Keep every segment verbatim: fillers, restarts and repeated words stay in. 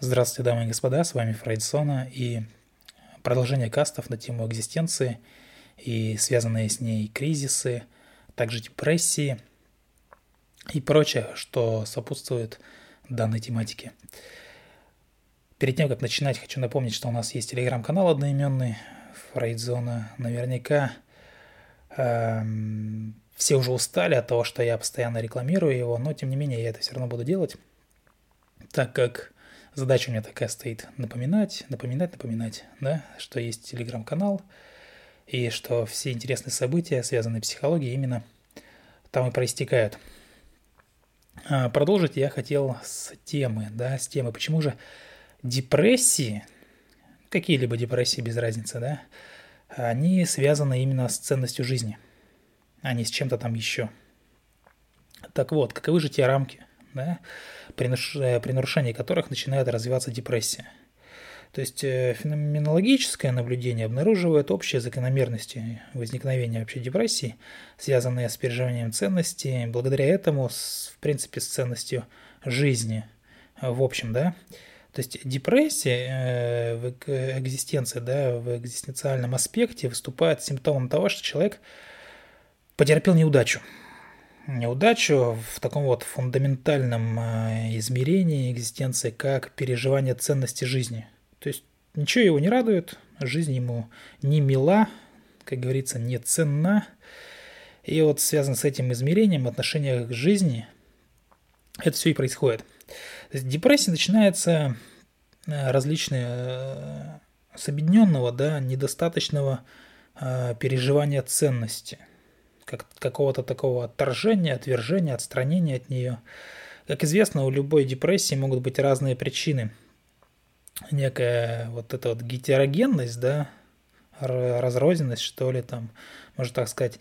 Здравствуйте, дамы и господа, с вами Фрейдсона и продолжение кастов на тему экзистенции и связанные с ней кризисы, также депрессии и прочее, что сопутствует данной тематике. Перед тем, как начинать, хочу напомнить, что у нас есть телеграм-канал одноименный Фрейдзона. Наверняка эм, все уже устали от того, что я постоянно рекламирую его, но тем не менее я это все равно буду делать, так как задача у меня такая стоит: напоминать, напоминать, напоминать, да, что есть телеграм-канал и что все интересные события, связанные с психологией, именно там и проистекают. А продолжить я хотел с темы, да, с темы, почему же депрессии, какие-либо депрессии, без разницы, да, они связаны именно с ценностью жизни, а не с чем-то там еще. Так вот, каковы же те рамки, да, при, при нарушении которых начинает развиваться депрессия? То есть феноменологическое наблюдение обнаруживает общие закономерности возникновения вообще депрессии, связанные с переживанием ценности, благодаря этому, в принципе, с ценностью жизни в общем, да. То есть депрессия в экзистенции, да, в экзистенциальном аспекте выступает симптомом того, что человек потерпел неудачу. Неудачу в таком вот фундаментальном измерении экзистенции, как переживание ценности жизни. То есть ничего его не радует, жизнь ему не мила, как говорится, не ценна. И вот связано с этим измерением отношения к жизни, это все и происходит. То есть депрессия начинается различные с объединенного, да, недостаточного переживания ценности, как какого-то такого отторжения, отвержения, отстранения от нее. Как известно, у любой депрессии могут быть разные причины. Некая вот эта вот гетерогенность, да, разрозненность, что ли, там, можно так сказать,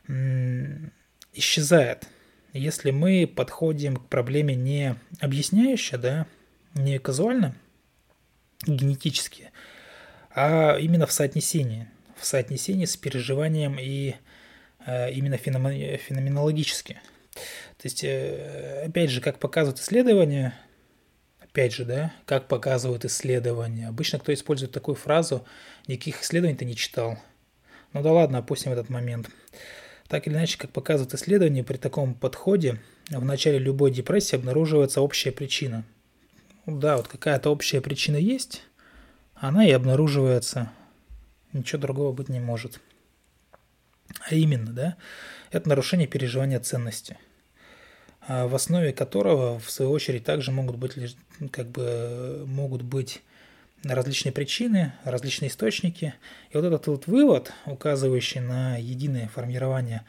исчезает. Если мы подходим к проблеме не объясняюще, да, не казуально, генетически, а именно в соотнесении. В соотнесении с переживанием и именно феноменологически. То есть, опять же, как показывают исследования, опять же, да, как показывают исследования. Обычно кто использует такую фразу, никаких исследований ты не читал. Ну да ладно, опустим этот момент. Так или иначе, как показывают исследования, при таком подходе в начале любой депрессии обнаруживается общая причина. Ну, да, вот какая-то общая причина есть, она и обнаруживается. Ничего другого быть не может. А именно, да, это нарушение переживания ценности, в основе которого, в свою очередь, также могут быть, как бы, могут быть различные причины, различные источники. И вот этот вот вывод, указывающий на единое формирование,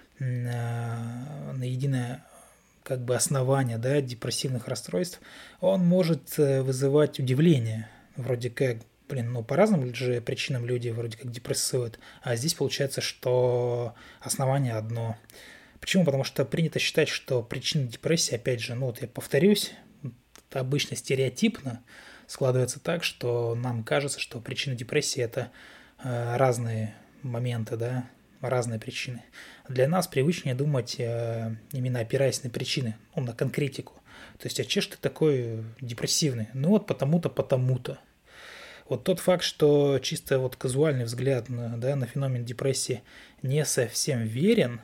на, на единое, как бы, основание, да, депрессивных расстройств, он может вызывать удивление, вроде как, блин, ну по разным же причинам люди вроде как депрессуют, а здесь получается, что основание одно. Почему? Потому что принято считать, что причина депрессии, опять же, ну вот я повторюсь, это обычно стереотипно складывается так, что нам кажется, что причина депрессии – это э, разные моменты, да, разные причины. Для нас привычнее думать, э, именно опираясь на причины, ну, на конкретику. То есть, а че ж ты такой депрессивный? Ну вот потому-то, потому-то. Вот тот факт, что чисто вот казуальный взгляд на, да, на феномен депрессии не совсем верен,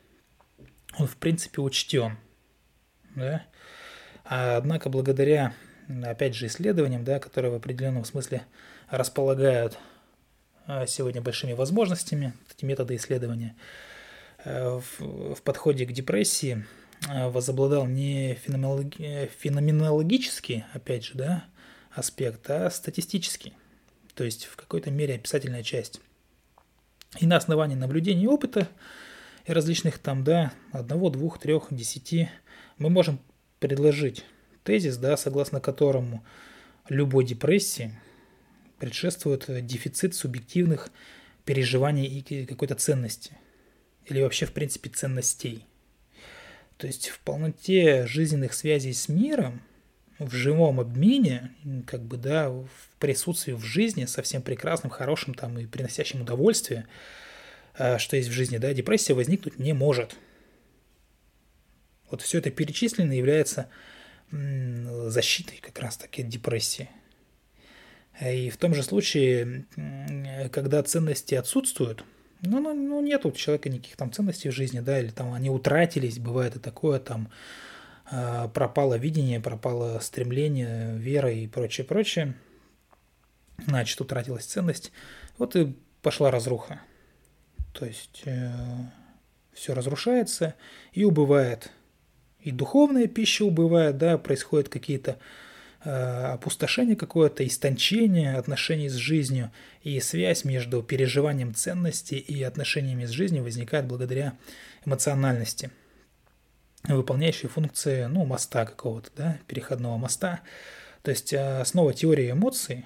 он в принципе учтен. Да? А, однако благодаря, опять же, исследованиям, да, которые в определенном смысле располагают сегодня большими возможностями, эти методы исследования, в, в подходе к депрессии возобладал не феноменологи, феноменологический, опять же, да, аспект, а статистический, то есть в какой-то мере описательная часть. И на основании наблюдений и опыта и различных там, да, одного, двух, трех, десяти, мы можем предложить тезис, да, согласно которому любой депрессии предшествует дефицит субъективных переживаний и какой-то ценности, или вообще, в принципе, ценностей. То есть в полноте жизненных связей с миром, в живом обмене, как бы, да, в присутствии в жизни, совсем прекрасным, хорошим там и приносящим удовольствие, что есть в жизни, да, депрессия возникнуть не может. Вот все это перечислено является защитой как раз-таки от депрессии. И в том же случае, когда ценности отсутствуют, ну, ну, ну нет у человека никаких там ценностей в жизни, да, или там они утратились, бывает и такое, там пропало видение, пропало стремление, вера и прочее, прочее, значит, утратилась ценность, вот и пошла разруха. То есть э, все разрушается и убывает. И духовная пища убывает, да, происходят какие-то э, опустошения какое-то, истончение отношений с жизнью, и связь между переживанием ценности и отношениями с жизнью возникает благодаря эмоциональности, выполняющей функции, ну, моста какого-то, да, переходного моста. То есть э, основа теории эмоций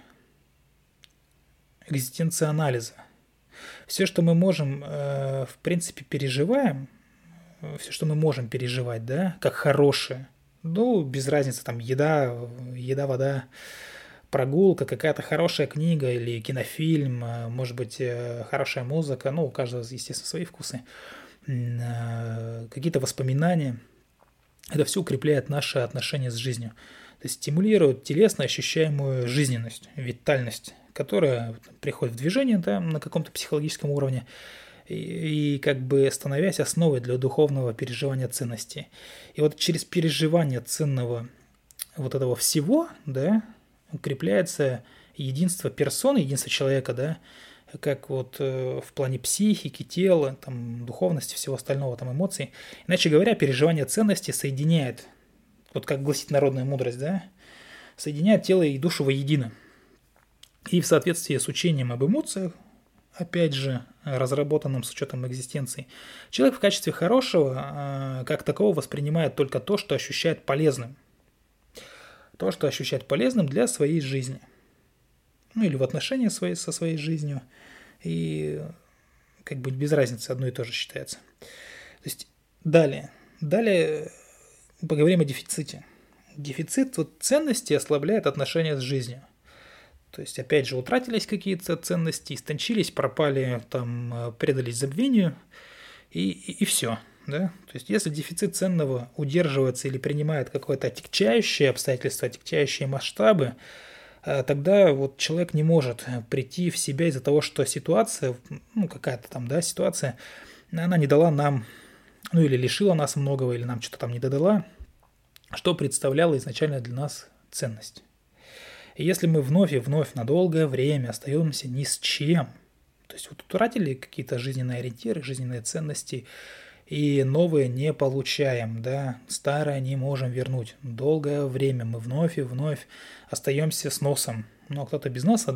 – экзистенцианализа. Все, что мы можем, э, в принципе, переживаем, все, что мы можем переживать, да, как хорошее, ну, без разницы, там, еда, еда, вода, прогулка, какая-то хорошая книга или кинофильм, может быть, хорошая музыка, ну, у каждого, естественно, свои вкусы, какие-то воспоминания, это все укрепляет наши отношения с жизнью, то есть стимулирует телесно ощущаемую жизненность, витальность, которая приходит в движение, да, на каком-то психологическом уровне, и, и как бы становясь основой для духовного переживания ценностей. И вот через переживание ценного вот этого всего, да, укрепляется единство персоны, единство человека, да, как вот э, в плане психики, тела, там, духовности, всего остального, там, эмоций. Иначе говоря, переживание ценностей соединяет, вот как гласит народная мудрость, да, соединяет тело и душу воедино. И в соответствии с учением об эмоциях, опять же, разработанным с учетом экзистенции, человек в качестве хорошего, как такового, воспринимает только то, что ощущает полезным. То, что ощущает полезным для своей жизни. Ну, или в отношении своей, со своей жизнью. И как бы без разницы, одно и то же считается. То есть далее. Далее поговорим о дефиците. Дефицит вот, ценности ослабляет отношения с жизнью. То есть, опять же, утратились какие-то ценности, истончились, пропали, там, предались забвению, и, и, и все. Да? То есть, если дефицит ценного удерживается или принимает какое-то отягчающее обстоятельство, отягчающие масштабы, тогда вот человек не может прийти в себя из-за того, что ситуация, ну, какая-то там, да, ситуация, она не дала нам, ну, или лишила нас многого, или нам что-то там не додала, что представляло изначально для нас ценность. И если мы вновь и вновь на долгое время остаемся ни с чем, то есть вот утратили какие-то жизненные ориентиры, жизненные ценности, и новые не получаем, да, старое не можем вернуть. Долгое время мы вновь и вновь остаемся с носом, ну, а кто-то без носа,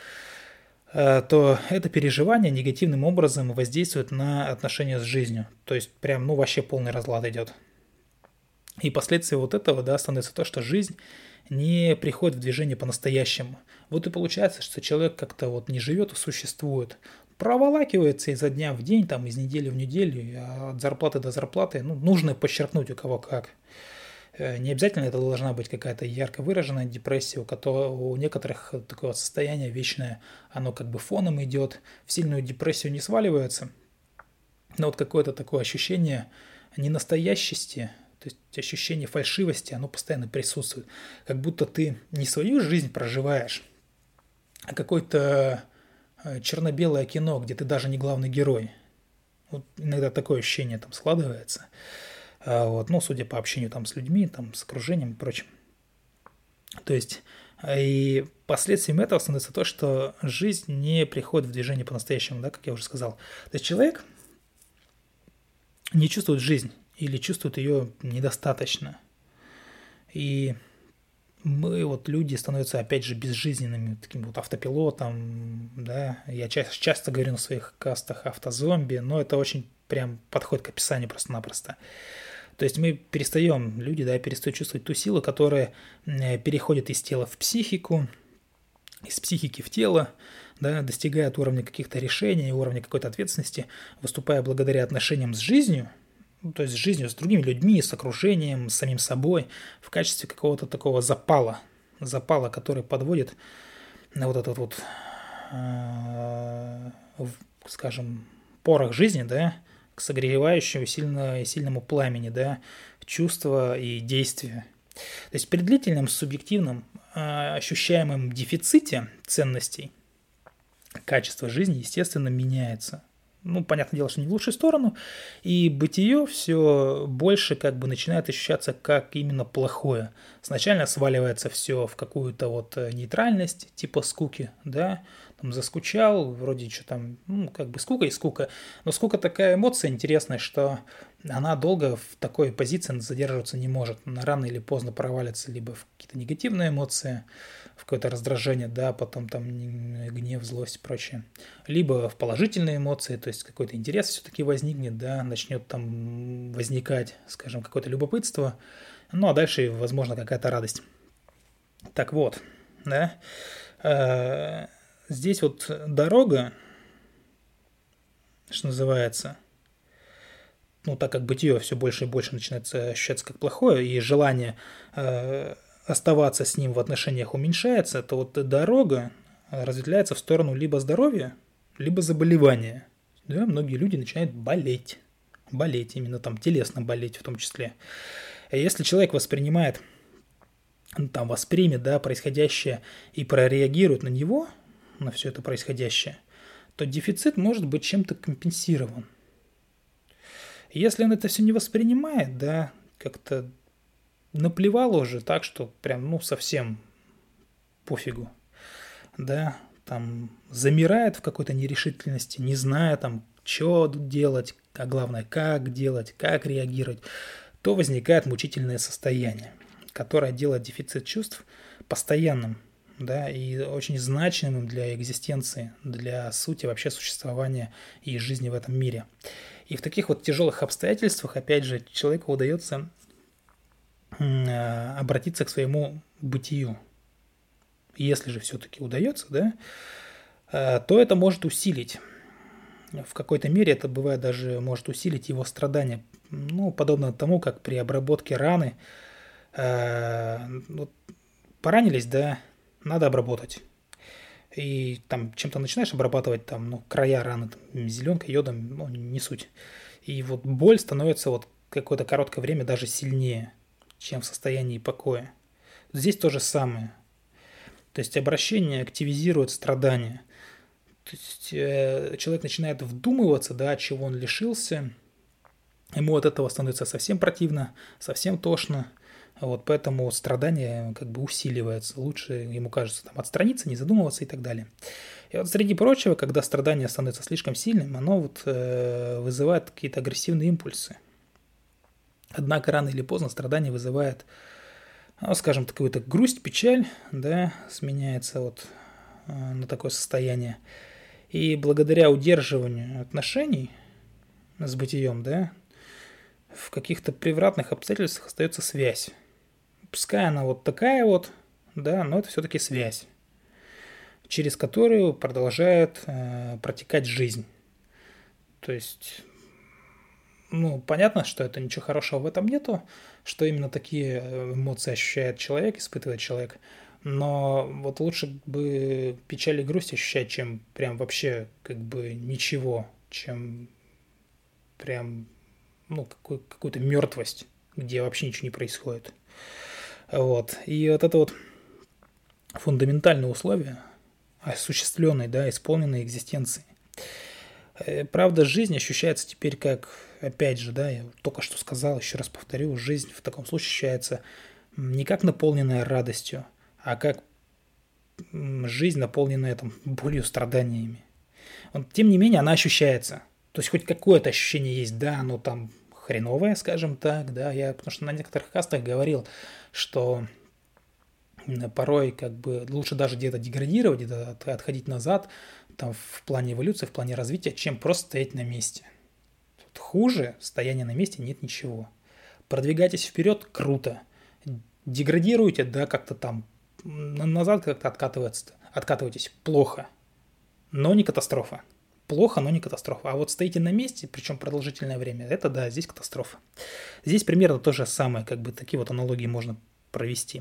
да, то это переживание негативным образом воздействует на отношения с жизнью. То есть прям, ну, вообще полный разлад идет. И последствия вот этого, да, становится то, что жизнь не приходит в движение по-настоящему. Вот и получается, что человек как-то вот не живет, а существует. Проволакивается изо дня в день, там, из недели в неделю, от зарплаты до зарплаты. Ну, нужно подчеркнуть, у кого как. Не обязательно это должна быть какая-то ярко выраженная депрессия, у, которого, у некоторых такое состояние вечное, оно как бы фоном идет, в сильную депрессию не сваливается. Но вот какое-то такое ощущение ненастоящести, то есть ощущение фальшивости, оно постоянно присутствует. Как будто ты не свою жизнь проживаешь, а какое-то черно-белое кино, где ты даже не главный герой. Вот иногда такое ощущение там складывается. Вот, ну, судя по общению там с людьми, там, с окружением и прочим. То есть, и последствием этого становится то, что жизнь не приходит в движение по-настоящему, да, как я уже сказал. То есть человек не чувствует жизнь или чувствует ее недостаточно. И мы, вот люди, становятся, опять же, безжизненными, таким вот автопилотом, да. Я часто, часто говорю на своих кастах автозомби, но это очень прям подходит к описанию просто-напросто. То есть мы перестаем, люди, да, перестают чувствовать ту силу, которая переходит из тела в психику, из психики в тело, да, достигает уровня каких-то решений, уровня какой-то ответственности, выступая благодаря отношениям с жизнью, ну, то есть с жизнью, с другими людьми, с окружением, с самим собой, в качестве какого-то такого запала, запала, который подводит на вот этот вот, э, скажем, порох жизни, да, к согревающему сильно, сильному пламени, да, чувства и действия. То есть при длительном субъективном э, ощущаемом дефиците ценностей качество жизни, естественно, меняется. Ну, понятное дело, что не в лучшую сторону, и бытие все больше как бы начинает ощущаться как именно плохое. Сначала сваливается все в какую-то вот нейтральность, типа скуки, да, там заскучал, вроде что там, ну, как бы скука и скука, но скука такая эмоция интересная, что она долго в такой позиции задерживаться не может, она рано или поздно провалится либо в какие-то негативные эмоции, в какое-то раздражение, да, потом там гнев, злость и прочее. Либо в положительные эмоции, то есть какой-то интерес все-таки возникнет, да, начнет там возникать, скажем, какое-то любопытство, ну, а дальше, возможно, какая-то радость. Так вот, да, здесь вот дорога, что называется, ну, так как бытие все больше и больше начинает ощущаться как плохое, и желание оставаться с ним в отношениях уменьшается, то вот дорога разветвляется в сторону либо здоровья, либо заболевания. Да, многие люди начинают болеть. Болеть, именно там телесно болеть в том числе. И если человек воспринимает, там, воспримет, да, происходящее и прореагирует на него, на все это происходящее, то дефицит может быть чем-то компенсирован. Если он это все не воспринимает, да, как-то наплевал уже так, что прям, ну, совсем пофигу, да, там замирает в какой-то нерешительности, не зная там, что делать, а главное, как делать, как реагировать, то возникает мучительное состояние, которое делает дефицит чувств постоянным, да, и очень значимым для экзистенции, для сути вообще существования и жизни в этом мире. И в таких вот тяжелых обстоятельствах, опять же, человеку удается обратиться к своему бытию. Если же все-таки удается, да, то это может усилить. В какой-то мере это бывает даже может усилить его страдания. Ну, подобно тому, как при обработке раны. Вот, поранились, да, надо обработать. И там чем-то начинаешь обрабатывать, там, ну, края раны, там, зеленкой, йодом, ну, не суть. И вот боль становится вот какое-то короткое время даже сильнее, чем в состоянии покоя. Здесь то же самое. То есть обращение активизирует страдания. То есть э, человек начинает вдумываться, да, чего он лишился. Ему от этого становится совсем противно, совсем тошно. Вот поэтому страдание как бы усиливается. Лучше, ему кажется, там, отстраниться, не задумываться и так далее. И вот среди прочего, когда страдание становится слишком сильным, оно вот, э, вызывает какие-то агрессивные импульсы. Однако рано или поздно страдание вызывает, ну, скажем, какую-то грусть, печаль, да, сменяется вот э, на такое состояние. И благодаря удерживанию отношений с бытием, да, в каких-то превратных обстоятельствах остается связь. Пускай она вот такая вот, да, но это все-таки связь, через которую продолжает э, протекать жизнь. То есть, ну, понятно, что это ничего хорошего в этом нету, что именно такие эмоции ощущает человек, испытывает человек. Но вот лучше бы печаль и грусть ощущать, чем прям вообще как бы ничего, чем прям, ну, какую- какую-то мертвость, где вообще ничего не происходит. Вот. И вот это вот фундаментальное условие осуществленной, да, исполненной экзистенции. Правда, жизнь ощущается теперь как, опять же, да, я только что сказал, еще раз повторю, жизнь в таком случае ощущается не как наполненная радостью, а как жизнь, наполненная там болью, страданиями. Вот, тем не менее, она ощущается. То есть хоть какое-то ощущение есть, да, оно там хреновое, скажем так, да, я, потому что на некоторых кастах говорил, что порой как бы лучше даже где-то деградировать, где-то отходить назад, там в плане эволюции, в плане развития, чем просто стоять на месте. Тут хуже стояния на месте нет ничего. Продвигайтесь вперед, круто. Деградируйте, да, как-то там назад как-то откатываться, откатывайтесь, плохо, но не катастрофа. Плохо, но не катастрофа. А вот стоите на месте, причем продолжительное время, это да, здесь катастрофа. Здесь примерно то же самое, как бы такие вот аналогии можно провести.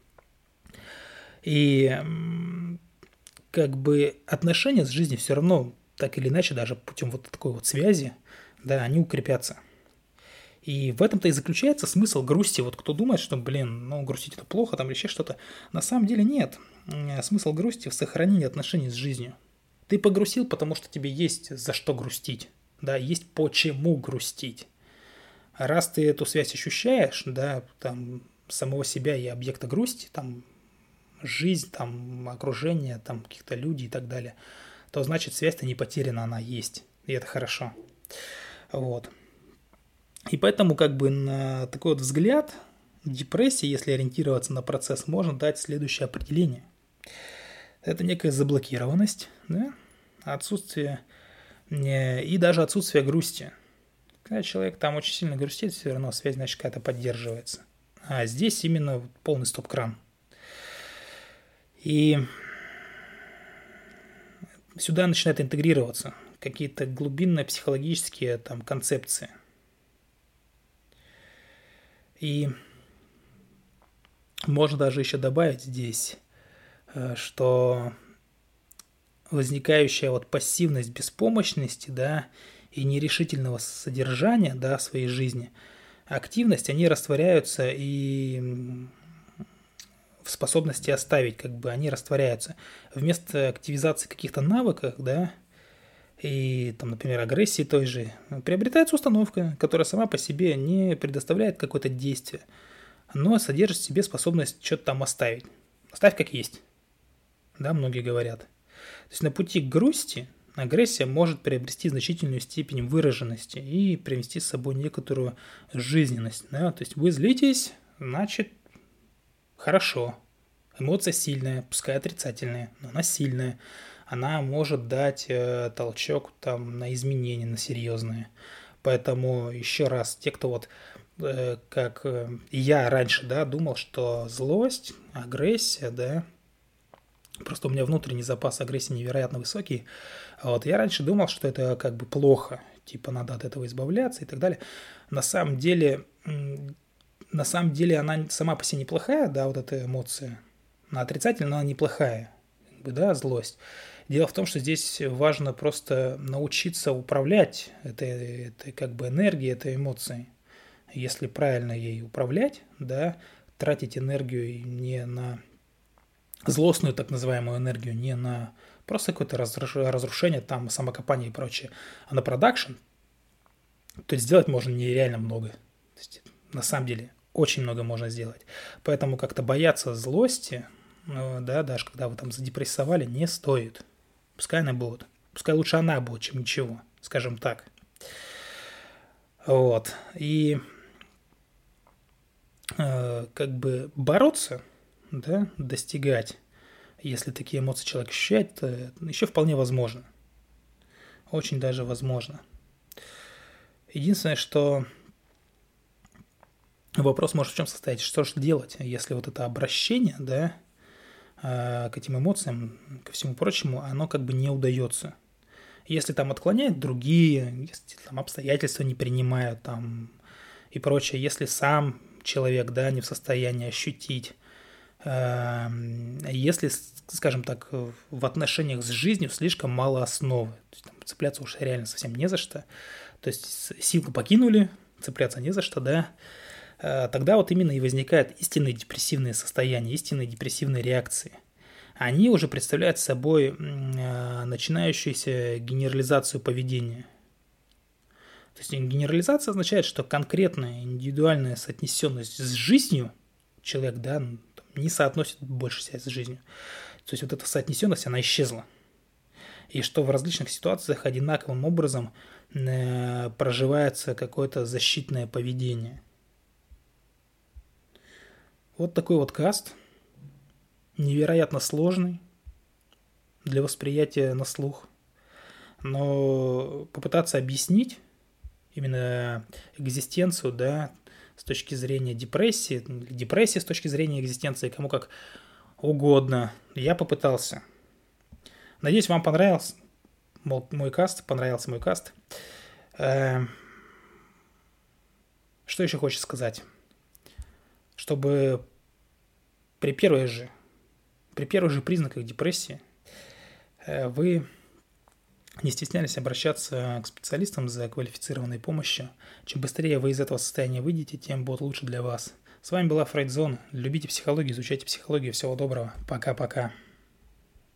И как бы отношения с жизнью все равно, так или иначе, даже путем вот такой вот связи, да, они укрепятся. И в этом-то и заключается смысл грусти. Вот кто думает, что, блин, ну, грустить это плохо, там, или еще что-то. На самом деле нет. Смысл грусти в сохранении отношений с жизнью. Ты погрустил, потому что тебе есть за что грустить. Да, есть почему грустить. А раз ты эту связь ощущаешь, да, там, самого себя и объекта грусти, там, жизнь, там, окружение, там, каких-то людей и так далее, то значит связь-то не потеряна, она есть. И это хорошо. Вот. И поэтому как бы на такой вот взгляд депрессии, если ориентироваться на процесс, можно дать следующее определение. Это некая заблокированность, да? Отсутствие и даже отсутствие грусти. Когда человек там очень сильно грустит, все равно связь, значит, какая-то поддерживается. А здесь именно полный стоп-кран. И сюда начинают интегрироваться какие-то глубинные психологические там концепции. И можно даже еще добавить здесь, что возникающая вот пассивность беспомощности, да, и нерешительного содержания, да, своей жизни, активность, они растворяются и в способности оставить, как бы, они растворяются. Вместо активизации каких-то навыков, да, и, там, например, агрессии той же, приобретается установка, которая сама по себе не предоставляет какое-то действие, но содержит в себе способность что-то там оставить. Оставь как есть, да, многие говорят. То есть на пути к грусти агрессия может приобрести значительную степень выраженности и привнести с собой некоторую жизненность. Да? То есть вы злитесь, значит, хорошо. Эмоция сильная, пускай отрицательная, но она сильная. Она может дать э, толчок там, на изменения, на серьезные. Поэтому еще раз, те, кто вот, э, как э, я раньше, да, думал, что злость, агрессия, да, просто у меня внутренний запас агрессии невероятно высокий. Вот, я раньше думал, что это как бы плохо, типа надо от этого избавляться и так далее. На самом деле, на самом деле она сама по себе неплохая, да, вот эта эмоция. Она отрицательная, но она неплохая, как бы, да, злость. Дело в том, что здесь важно просто научиться управлять этой, этой как бы энергией, этой эмоцией. Если правильно ей управлять, да, тратить энергию не на злостную так называемую энергию, не на просто какое-то разрушение, там, самокопание и прочее, а на продакшн, то есть сделать можно нереально много. То есть, на самом деле очень много можно сделать. Поэтому как-то бояться злости, да, даже когда вы там задепрессовали, не стоит. Пускай она будет. Пускай лучше она будет, чем ничего, скажем так. Вот. И э, как бы бороться, да, достигать, если такие эмоции человек ощущает, то еще вполне возможно. Очень даже возможно. Единственное, что вопрос может в чем состоять, что же делать, если вот это обращение, да, к этим эмоциям, ко всему прочему, оно как бы не удается. Если там отклоняют другие, если там обстоятельства не принимают там и прочее, если сам человек, да, не в состоянии ощутить, если, скажем так, в отношениях с жизнью слишком мало основы, то есть, там, цепляться уж реально совсем не за что, то есть силу покинули, цепляться не за что, да, тогда вот именно и возникают истинные депрессивные состояния, истинные депрессивные реакции. Они уже представляют собой начинающуюся генерализацию поведения. То есть генерализация означает, что конкретная индивидуальная соотнесенность с жизнью человек, да, не соотносит больше себя с жизнью. То есть вот эта соотнесенность, она исчезла. И что в различных ситуациях одинаковым образом проживается какое-то защитное поведение. Вот такой вот каст, невероятно сложный для восприятия на слух, но попытаться объяснить именно экзистенцию, да, с точки зрения депрессии, депрессии с точки зрения экзистенции, кому как угодно, я попытался. Надеюсь, вам понравился мой каст, понравился мой каст. Что еще хочется сказать? Чтобы при первых же, при первых же признаках депрессии вы Не стесняйтесь обращаться к специалистам за квалифицированной помощью. Чем быстрее вы из этого состояния выйдете, тем будет лучше для вас. С вами была Фрейд-зона. Любите психологию, изучайте психологию. Всего доброго. Пока-пока.